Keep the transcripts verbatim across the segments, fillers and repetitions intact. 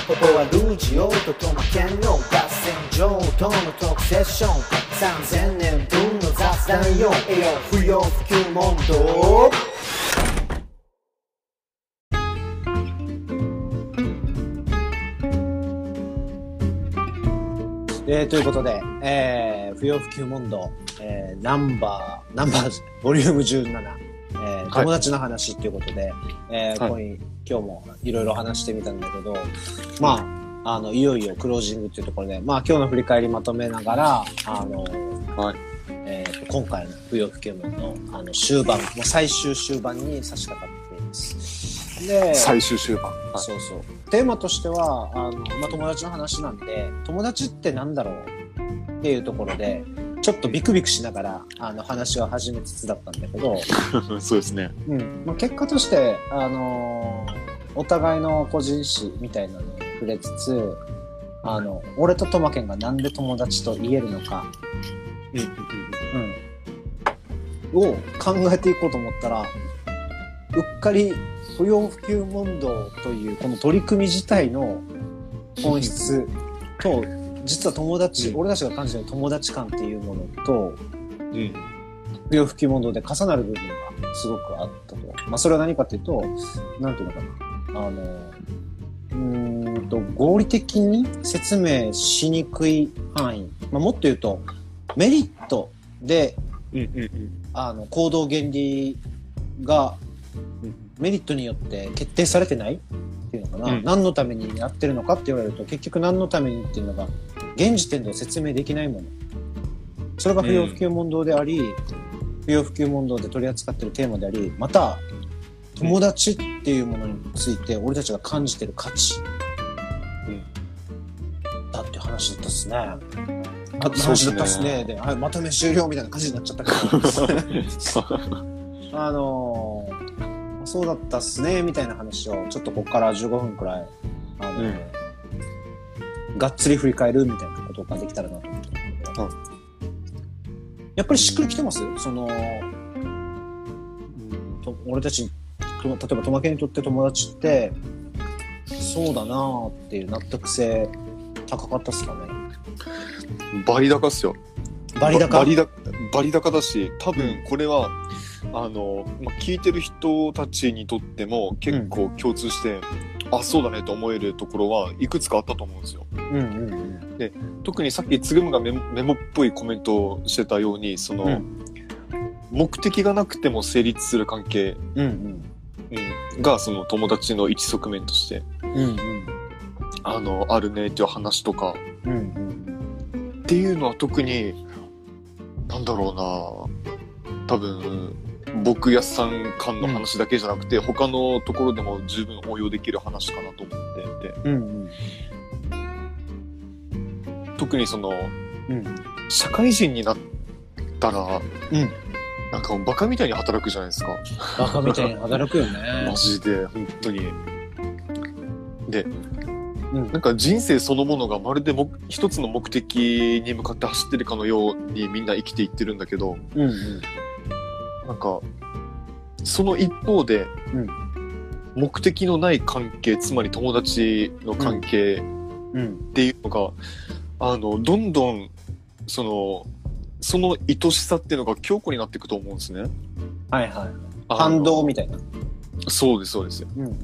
ここはルージオとトマケンの合戦場とのトークセッションさんぜんねんぶんの雑談よ栄養不要不急問答えー、ということで、えー、不要不急問答、えー、ナンバー、ナンバー、ボリュームじゅうなな、えー、友達の話っていうことで、えーはい、今今日もいろいろ話してみたんだけど、まあ、あの、いよいよクロージングっていうところで、まあ今日の振り返りまとめながら、あの、はい、えー、今回の不要不急問答、あの、終盤、もう最終終盤に差し掛かっています。で、 最終終盤、はい、 そうそう。テーマとしては、あの、まあ、友達の話なんで、友達ってなんだろうっていうところで、ちょっとビクビクしながら、あの、話を始めつつだったんだけど、 そうですね。 うん。まあ、結果として、あのー、お互いの個人史みたいなのに触れつつ、あの、俺とトマケンがなんで友達と言えるのか、うん、うん、を考えていこうと思ったら、うっかり、不要不急問答というこの取り組み自体の本質と実は友達、うん、俺たちが感じている友達感っていうものと、うん、不要不急問答で重なる部分がすごくあったと。まあそれは何かっていうと、なんていうのかな、あのうーんと合理的に説明しにくい範囲、まあ、もっと言うとメリットで、うんうんうん、あの行動原理がメリットによって決定されてないっていうのかな、うん、何のためにやってるのかって言われると結局何のためにっていうのが現時点では説明できないもの、それが不要不急問答であり、うん、不要不急問答で取り扱っているテーマであり、また友達っていうものについて俺たちが感じている価値、うん、だっていう話だったっすね。あ話だったっすねで、はい、まとめ終了みたいな感じになっちゃったけどあのーそうだったっすねみたいな話をちょっとここからじゅうごふんくらいあの、うん、がっつり振り返るみたいなことができたらなと思ってるんだけど、うん、やっぱりしっくりきてます？その、うん、と俺たち例えばトマケンにとって友達ってそうだなーっていう納得性高かったっすかね？ バリ高っすよ。 バリ高？ バリだバリ高だし、多分これは、うん、あの、ま、聞いてる人たちにとっても結構共通して、うん、あ、そうだねと思えるところはいくつかあったと思うんですよ。うんうんうん、で、特にさっきつぐむがメモ、メモっぽいコメントをしてたように、その、うん、目的がなくても成立する関係、うんうんうん、がその友達の一側面として、うんうん、あの、あるねっていう話とか、うんうん、っていうのは特になんだろうな、多分僕やさん間の話だけじゃなくて、うん、他のところでも十分応用できる話かなと思っていて、うんうん、特にその、うん、社会人になったら、うん、なんかバカみたいに働くじゃないですか。 バカみたいに働くよねマジで本当に。で、うん、なんか人生そのものがまるでも一つの目的に向かって走ってるかのようにみんな生きていってるんだけど、うんうん、なんかその一方で、うん、目的のない関係、つまり友達の関係っていうのが、うんうん、あのどんどんそのその愛しさっていうのが強固になっていくと思うんですね。 はいはい。反動みたいな。 そうですそうです。うんうん、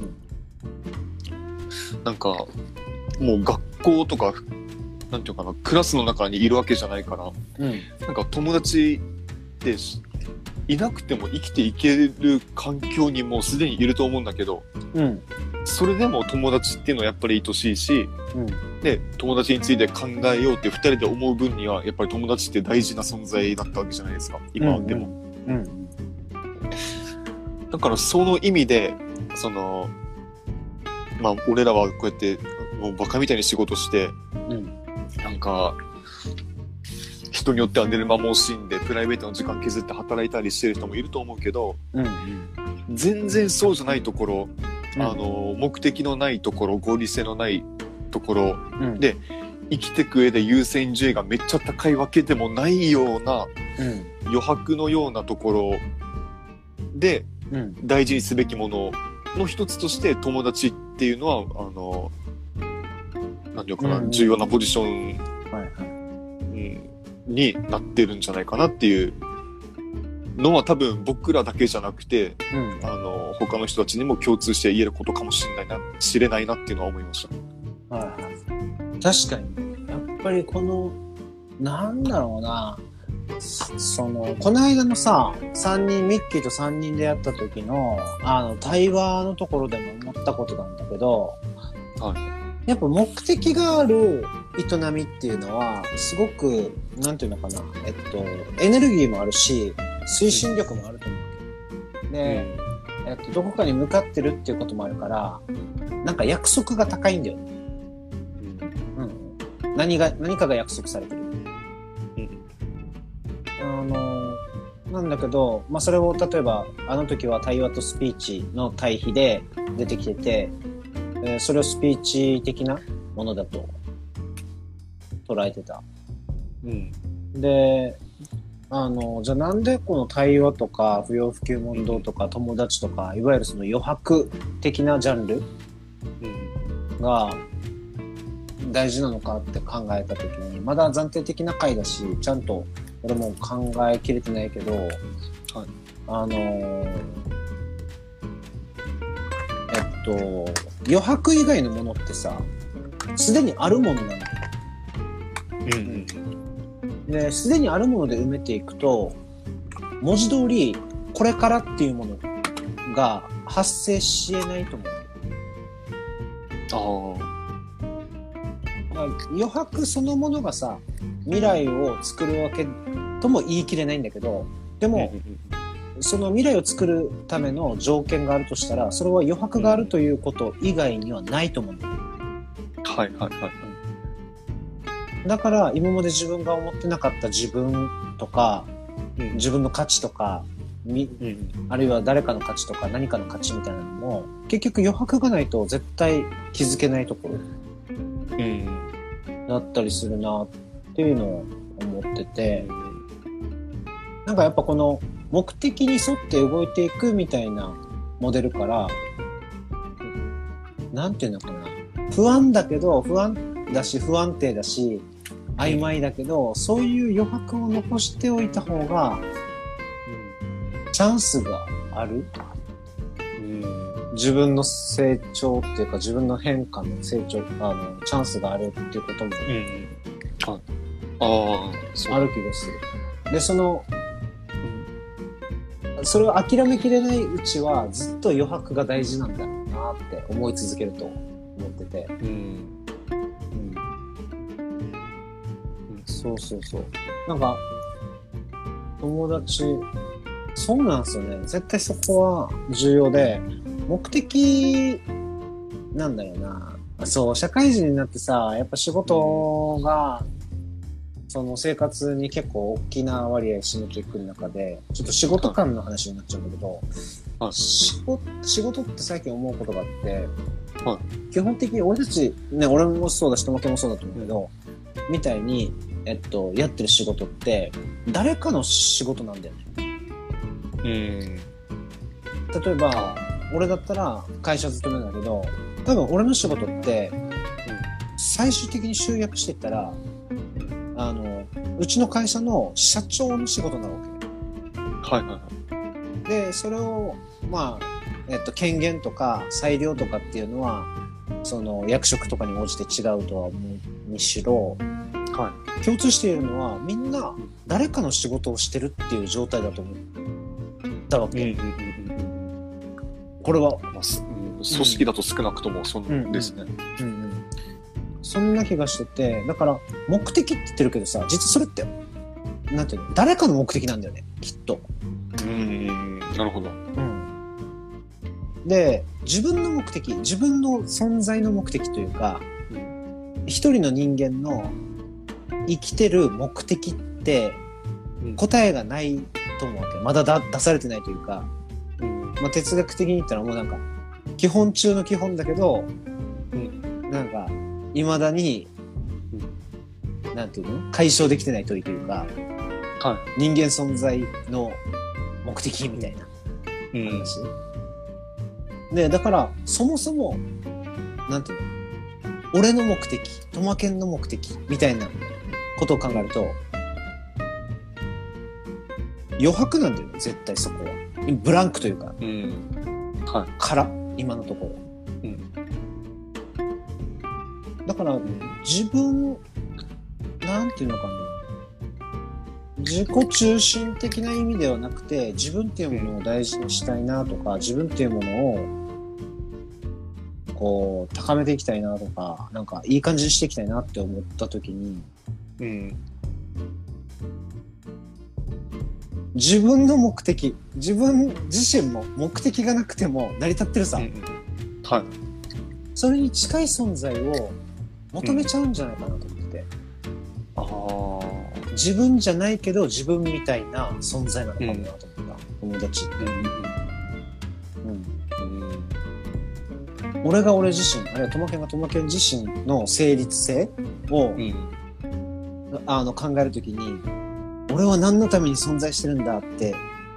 なんかもう学校とかなんていうかな、クラスの中にいるわけじゃないから、うん、なんか友達っていなくても生きていける環境にもうすでにいると思うんだけど、うん、それでも友達っていうのはやっぱり愛しいし、うん、で友達について考えようってふたりで思う分にはやっぱり友達って大事な存在だったわけじゃないですか、今でも、うんうん、だからその意味でそのまあ俺らはこうやってもうバカみたいに仕事して、うん、なんか人によっては寝る間も惜しんでプライベートの時間削って働いたりしてる人もいると思うけど、うんうん、全然そうじゃないところ、うん、あの目的のないところ、合理性のないところ、うん、で生きていく上で優先順位がめっちゃ高いわけでもないような、うん、余白のようなところで、うん、大事にすべきものの一つとして友達っていうのはあのなんていうかな、 うん重要なポジション、 はいはい。 うんになってるんじゃないかなっていうのは多分僕らだけじゃなくて、 うん。 あの他の人たちにも共通して言えることかもしれないな、知れないなっていうのは思いました。 はいはい。確かに。やっぱりこの、なんだろうな。その、この間のさ、三人、ミッキーと三人でやった時の、あの、対話のところでも思ったことなんだけど、 はい。 やっぱ目的がある営みっていうのは、すごく、なんていうのかな、えっと、エネルギーもあるし、推進力もあると思う。で、うん、えっと、どこかに向かってるっていうこともあるから、なんか約束が高いんだよね。うん。何が、何かが約束されてる。うん。あの、なんだけど、まあ、それを例えば、あの時は対話とスピーチの対比で出てきてて、えー、それをスピーチ的なものだと捉えてた。うん。で、あの、じゃあなんでこの対話とか不要不急問答とか友達とか、いわゆるその余白的なジャンルが大事なのかって考えたときに、まだ暫定的な回だし、ちゃんと俺も考えきれてないけど、はい、あのー、えっと、余白以外のものってさ、すでにあるものなんだよ。うんうんで、すでにあるもので埋めていくと、文字通り、これからっていうものが発生し得ないと思う。ああ。余白そのものがさ、未来を作るわけとも言い切れないんだけど、でも、その未来を作るための条件があるとしたら、それは余白があるということ以外にはないと思うんだよ。 はいはいはい。 だから今まで自分が思ってなかった自分とか、うん、自分の価値とか、うん、あるいは誰かの価値とか何かの価値みたいなのも結局余白がないと絶対気づけないところ、うん、だったりするなっていうのを思ってて、なんかやっぱこの目的に沿って動いていくみたいなモデルから、なんていうのかな、不安だけど不安だし不安定だし曖昧だけど、そういう余白を残しておいた方が、うん、チャンスがある、うん、自分の成長っていうか自分の変化の成長、あのチャンスがあるっていうことも、うん、ああある気がする。でその、うん、それを諦めきれないうちはずっと余白が大事なんだろうなって思い続けると思ってて、うんそうそうそう。なんか、友達、そうなんですよね。絶対そこは重要で、目的、なんだろうな。そう、社会人になってさ、やっぱ仕事が、その生活に結構大きな割合占めていく中で、ちょっと仕事間の話になっちゃうんだけど、はい、仕事、仕事って最近思うことがあって、はい、基本的に俺たち、ね、俺もそうだし、友樹もそうだと思うけど、みたいに、えっと、やってる仕事って誰かの仕事なんだよね。うん。例えば俺だったら会社勤めだけど、多分俺の仕事って最終的に集約していったら、あのうちの会社の社長の仕事なわけ。はいはいはい。でそれをまあえっと権限とか裁量とかっていうのはその役職とかに応じて違うとは思うにしろ。はい、共通しているのはみんな誰かの仕事をしてるっていう状態だと思ったわけ、うんうんうん、これは、まあ、組織だと少なくともそうですね、うんうんうん、 そんな気がしてて、だから目的って言ってるけどさ、実はそれってなんていうの、誰かの目的なんだよね、きっと。 うん、なるほど、うん、 で自分の目的、自分の存在の目的というか、うん、一人の人間の生きてる目的って答えがないと思うわけ。まだだ出されてないというか、うん、まあ、哲学的に言ったらもうなんか基本中の基本だけど、うん、なんか未だに、うん、なんていうの、解消できてない問いというか、はい、人間存在の目的みたいな話、うん、でだからそもそもなんていうの、 俺の目的、トマケンの目的みたいなことを考えると、余白なんだよね、絶対そこは。ブランクというか、 うん、はい、 から今のところ、うん、だから自分なんていうのかな、自己中心的な意味ではなくて、自分っていうものを大事にしたいなとか、自分っていうものをこう高めていきたいなとか、なんかいい感じにしていきたいなって思った時に、うん、自分の目的、自分自身も目的がなくても成り立ってるさ、うん、はい、それに近い存在を求めちゃうんじゃないかなと思ってて、うん、ああ、自分じゃないけど自分みたいな存在なのかもなと思った、うん、友達って、うんうん、俺が俺自身、あるいはトマケンがトマケン自身の成立性を、うん、あの考えるときに、俺は何のために存在してるんだって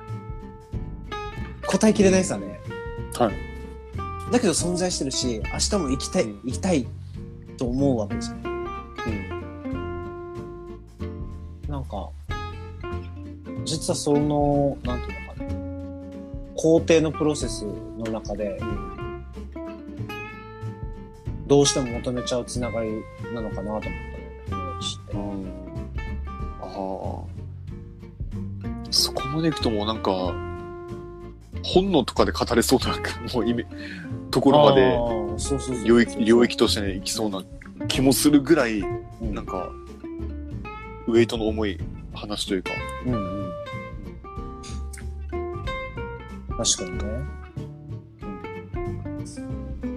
答えきれないさね、はい、だけど存在してるし、明日も生きたい、うん、生きたいと思うわけじゃん、うん、なんか実はそのなんていうのかな、工程のプロセスの中で、うん、どうしても求めちゃうつながりなのかなと思ったね、友達って、うん、ああ、 そこまでいくともうなんか本能とかで語れそうなもう意味ところまで領域、領域としてね、いきそうな気もするぐらい、うん、なんかウェイトの重い話というか、うんうん、 確かにね、うん、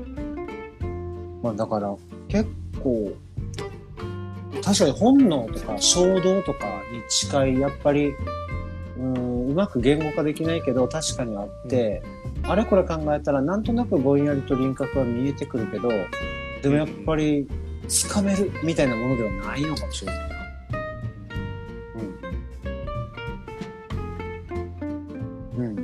まあだから結構確かに本能とか衝動とかに近い、やっぱりうん、うまく言語化できないけど確かにあって、うん、あれこれ考えたらなんとなくぼんやりと輪郭は見えてくるけど、でもやっぱりつかめるみたいなものではないのかもしれないな、うんうんうん、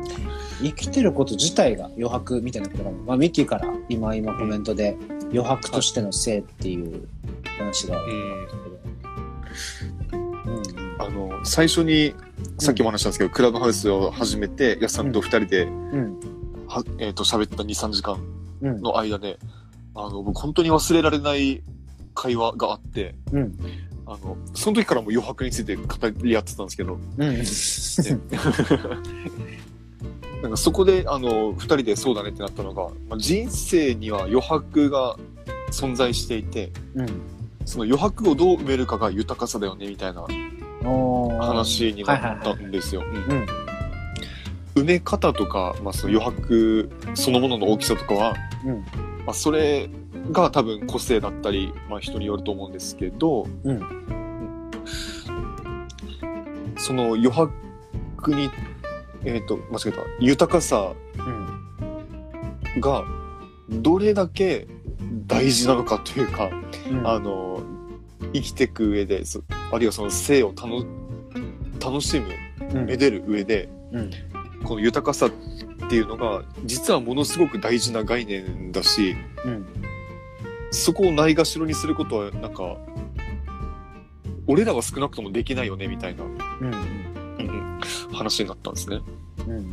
生きてること自体が余白みたいなことが、まあ、ミッキーから今今コメントで余白としての性っていう話があるんだけど、うんうん、 あの最初にさっきも話したんですけど、うん、クラブハウスを始めて、やすさんと二人で、うんはえー、と喋ったに、さんじかんの間で、うん、あの僕本当に忘れられない会話があって、うん、あのその時からも余白について語り合ってたんですけど、うん、なんかそこであのふたりでそうだねってなったのが、まあ、人生には余白が存在していて、うん、その余白をどう埋めるかが豊かさだよねみたいな話になったんですよ。埋め方とか、まあ、その余白そのものの大きさとかは、うんまあ、それが多分個性だったり、まあ、人によると思うんですけど、うん、その余白に、えーと、間違えた豊かさがどれだけ大事なのかというか、うん、あの生きていく上で、あるいはその生を楽、楽しむ、めでる上で、うん、この豊かさっていうのが実はものすごく大事な概念だし、うん、そこをないがしろにすることはなんか俺らは少なくともできないよねみたいな、うんうん、話になったんですね、うんうんうん、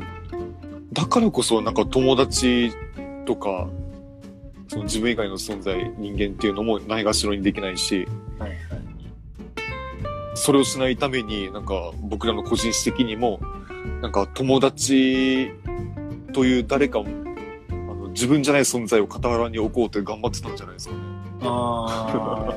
だからこそなんか友達とかその自分以外の存在、人間っていうのもないがしろにできないし、はいはい、それをしないためになんか僕らの個人史的にもなんか友達という誰かもあの自分じゃない存在を傍らに置こうって頑張ってたんじゃないですかね。あ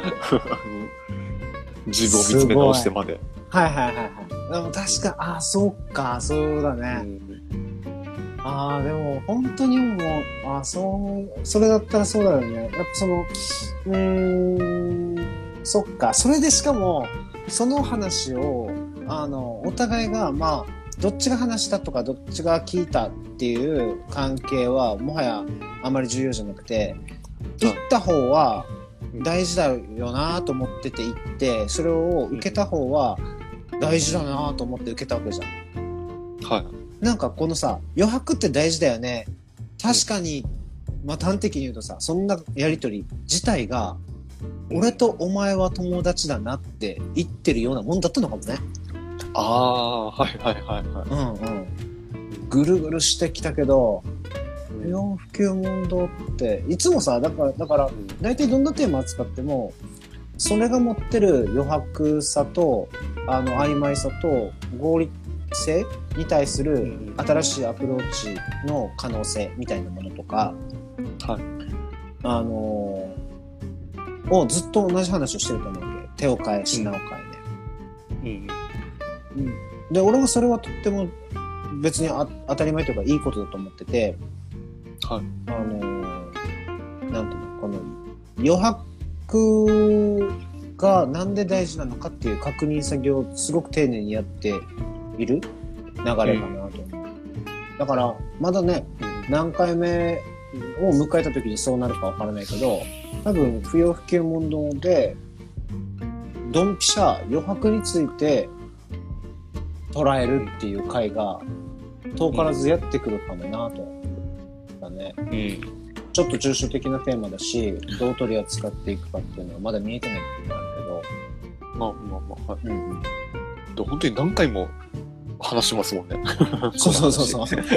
自分を見つめ直してまで。 はいはいはいはい。でも確か、ああそうか、そうだね。うんああ、でも、本当にもう、ああ、そう、それだったらそうだよね。やっぱその、うーん、そっか。それでしかも、その話を、あの、お互いが、まあ、どっちが話したとか、どっちが聞いたっていう関係は、もはやあまり重要じゃなくて、言った方は大事だよなと思ってて言って、それを受けた方は大事だなと思って受けたわけじゃん。はい。なんかこのさ、余白って大事だよね。確かにっまあ端的に言うとさ、そんなやりとり自体が俺とお前は友達だなって言ってるようなもんだったのかもね。 ああ、はいはいはいはい。 うんうん。ぐるぐるしてきたけど、不要不急問答っていつもさ、だからだから大体どんなテーマ扱ってもそれが持ってる余白さとあの曖昧さと合理性に対する新しいアプローチの可能性みたいなものとか、 はい、 あのー、をずっと同じ話をしてると思うわけ。手を変え品を変えね、うんうん、で俺はそれはとっても別にあ当たり前というかいいことだと思ってて、 はい、 あのー、なんていうの、この余白がなんで大事なのかっていう確認作業をすごく丁寧にやっている流れかなと思う、うん、だからまだね、うん、何回目を迎えた時にそうなるかわからないけど、多分不要不急問答でドンピシャ余白について捉えるっていう回が遠からずやってくるかもなと、だね、うん、ちょっと抽象的なテーマだし、どう取り扱っていくかっていうのはまだ見えてない部分があるけど、 まあまあまあ、はい、うんうん、 で本当に何回も話しますもんね。 そうそうそうそう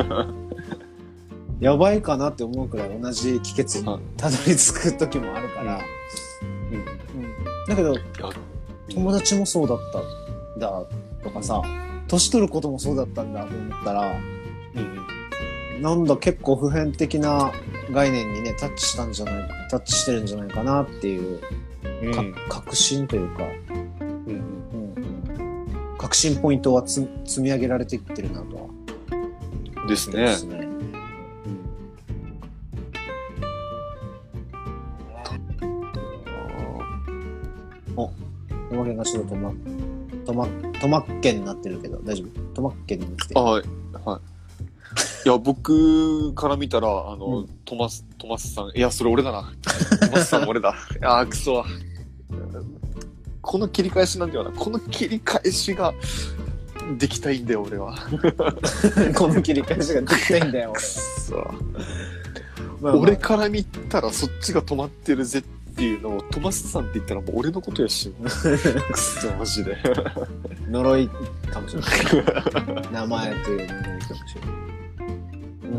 やばいかなって思うくらい同じ帰結にたどり着く時もあるから、うんうん、だけど友達もそうだったんだとかさ、年取ることもそうだったんだと思ったら、うん、なんだ結構普遍的な概念にねタッチしたんじゃないタッチしてるんじゃないかなっていう、うん、確信というか、うんうん、確信ポイントはつ積み上げられていってるなとはですね。ですね。 お、トマケンがちょっとトマトマトマッケンになってるけど大丈夫？トマッケンになってる。 はいはい。いや僕から見たらあの、うん、トマストマスさん、いやそれ俺だな。トマスさん俺だ。ああクソ。この切り返しなんだよな。この切り返しができたいんだよ俺は。 この切り返しができたいんだよ俺は。 そう。まあまあ、俺から見たらそっちが止まってるぜっていうのをトマスさんって言ったらもう俺のことやし。くそマジで。 呪いかもしれない。名前という呪いかもしれない。うん。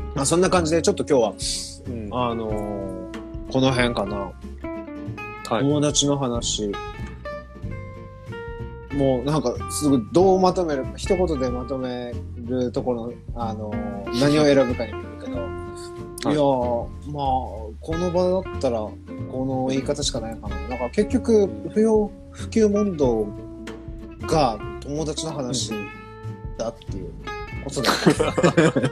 まあそんな感じでちょっと今日は、うん、あのー、この辺かな。はい、友達の話。もうなんかすぐどうまとめる一言でまとめるところあのー、何を選ぶかにもよるけど、はい、いやーまあこの場だったらこの言い方しかないかな。だから結局不要不急問答が友達の話だっていうことだ、ね。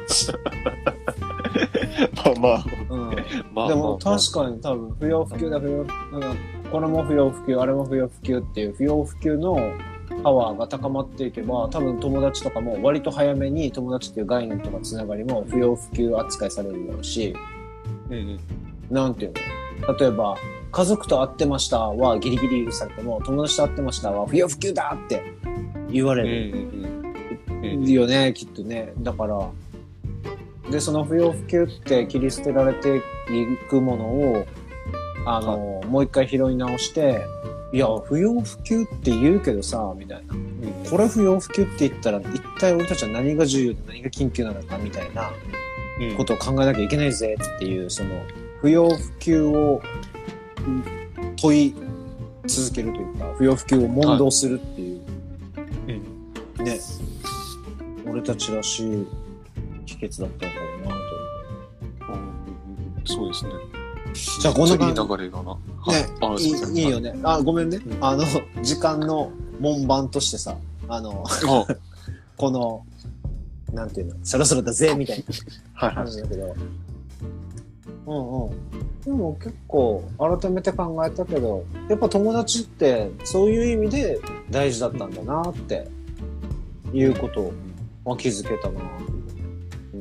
まあまあ、 うん、まあでも確かに多分不要不急だ不要これも不要不急あれも不要不急っていう不要不急のパワーが高まっていけば多分友達とかも割と早めに友達っていう概念とかつながりも不要不急扱いされるだろうし、うんうん、なんていうの例えば家族と会ってましたはギリギリされても友達と会ってましたは不要不急だって言われる、うんうん、よねきっとね。だからでその不要不急って切り捨てられていくものをあの、はい、もう一回拾い直していや不要不急って言うけどさみたいな、うん、これ不要不急って言ったら一体俺たちは何が重要で何が緊急なのかみたいなことを考えなきゃいけないぜっていうその不要不急を問い続けるというか不要不急を問答するっていう、はいうん、ね俺たちらしい秘訣だったのかなと、 うん、そうですね。 じゃあこんな感じいい流れだな。 ね、あいいいいよね。あごめんね、うん。あの時間の門番としてさ、あのこのなんていうの、そろそろだぜみたいな話だけど、はいはい、うんうん。でも結構改めて考えたけど、やっぱ友達ってそういう意味で大事だったんだなっていうことは気づけたな。 うん、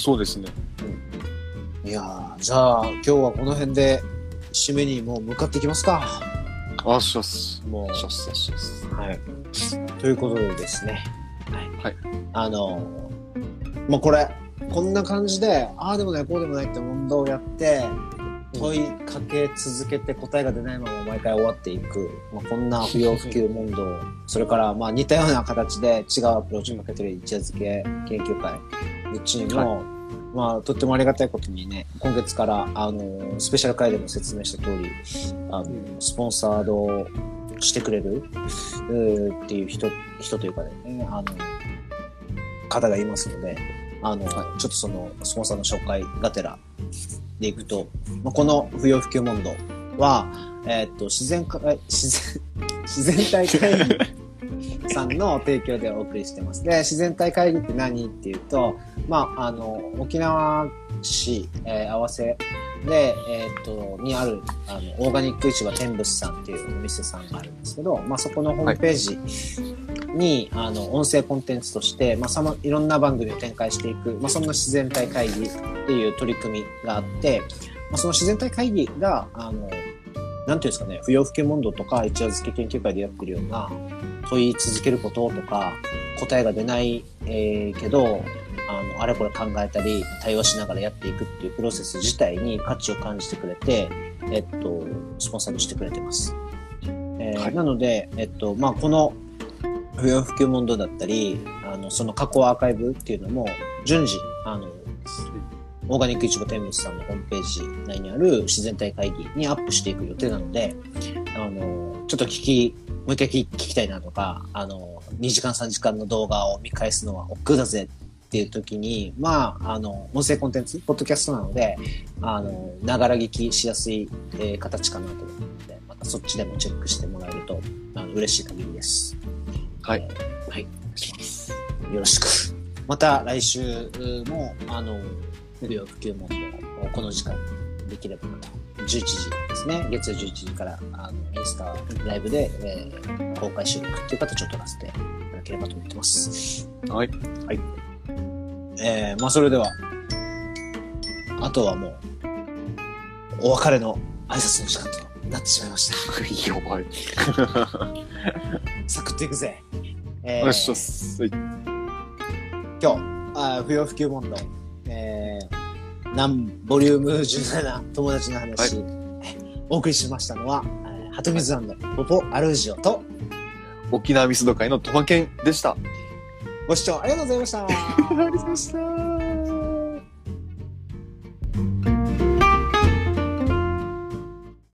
そうですね。 いやーじゃあ今日はこの辺で締めにもう向かっていきますか。 あっしゃす。 もうしゃっしゃっしゃす。 はい。ということでですね。 はい。 あのー、まあこれこんな感じで、ああでもない、こうでもないって問答をやって、問いかけ続けて答えが出ないまま毎回終わっていく。まあ、こんな不要不急問答、それからまあ似たような形で違うアプローチをかけてる一夜漬け研究会のチームも、はい、まあとってもありがたいことにね、今月からあのスペシャル会でも説明した通り、あのスポンサードしてくれるっていう人人というかね、あの方がいますので、あの、はい、ちょっとそのスポンサーの紹介がてらでいくと、まあ、この不要不急問答は、えー、っと自然か自然自然体会議さんの提供でお送りしてます。で、自然体会議って何っていうと、まああの沖縄市、えー、合わせで、えー、っとにあるあのオーガニック市場天仏さんっていうお店さんがあるんですけど、まあそこのホームページに、はい、あの音声コンテンツとして、まあさまいろんな番組を展開していく、まあそんな自然体会議っていう取り組みがあって、まあ、その自然体会議があのなんていうんですかね、不要不急問答とか一夜漬け研究会でやってるような問い続けることとか答えが出ない、えー、けどあのあれこれ考えたり対話しながらやっていくっていうプロセス自体に価値を感じてくれて、えっとスポンサードしてくれてます。えーはい、なのでえっとまあこの不要不急問答だったりあのその過去アーカイブっていうのも順次あのオーガニック市場天仏さんのホームページ内にある自然体会議にアップしていく予定なので、あの、ちょっと聞き、もう一回聞きたいなとか、あの、にじかんさんじかんの動画を見返すのは億劫だぜっていう時に、まあ、あの、音声コンテンツ、ポッドキャストなので、あの、ながら聞きしやすい、えー、形かなと思うので、またそっちでもチェックしてもらえると、あの嬉しい限りです。 はい。 えー、はい。お願いします。よろしく。また来週も、あの、不要不急問答をこの時間できればなと。じゅういちじですね。月曜じゅういちじからあのインスタライブで、えー、公開収録っていう形を取らせていただければと思ってます。 はい。 はい。えー、まあそれでは、あとはもう、お別れの挨拶の時間となってしまいました。 やばい。 サクッといくぜ。 えー、お願いします。はい、 今日、あ不要不急問答。えー、なんボリュームじゅうなな友達の話、はい、お送りしましたのは、えー、ハトミズ&ポポアルージオと沖縄ミスド会のトマケンでした。 ご視聴ありがとうございました。 ありがとうございました。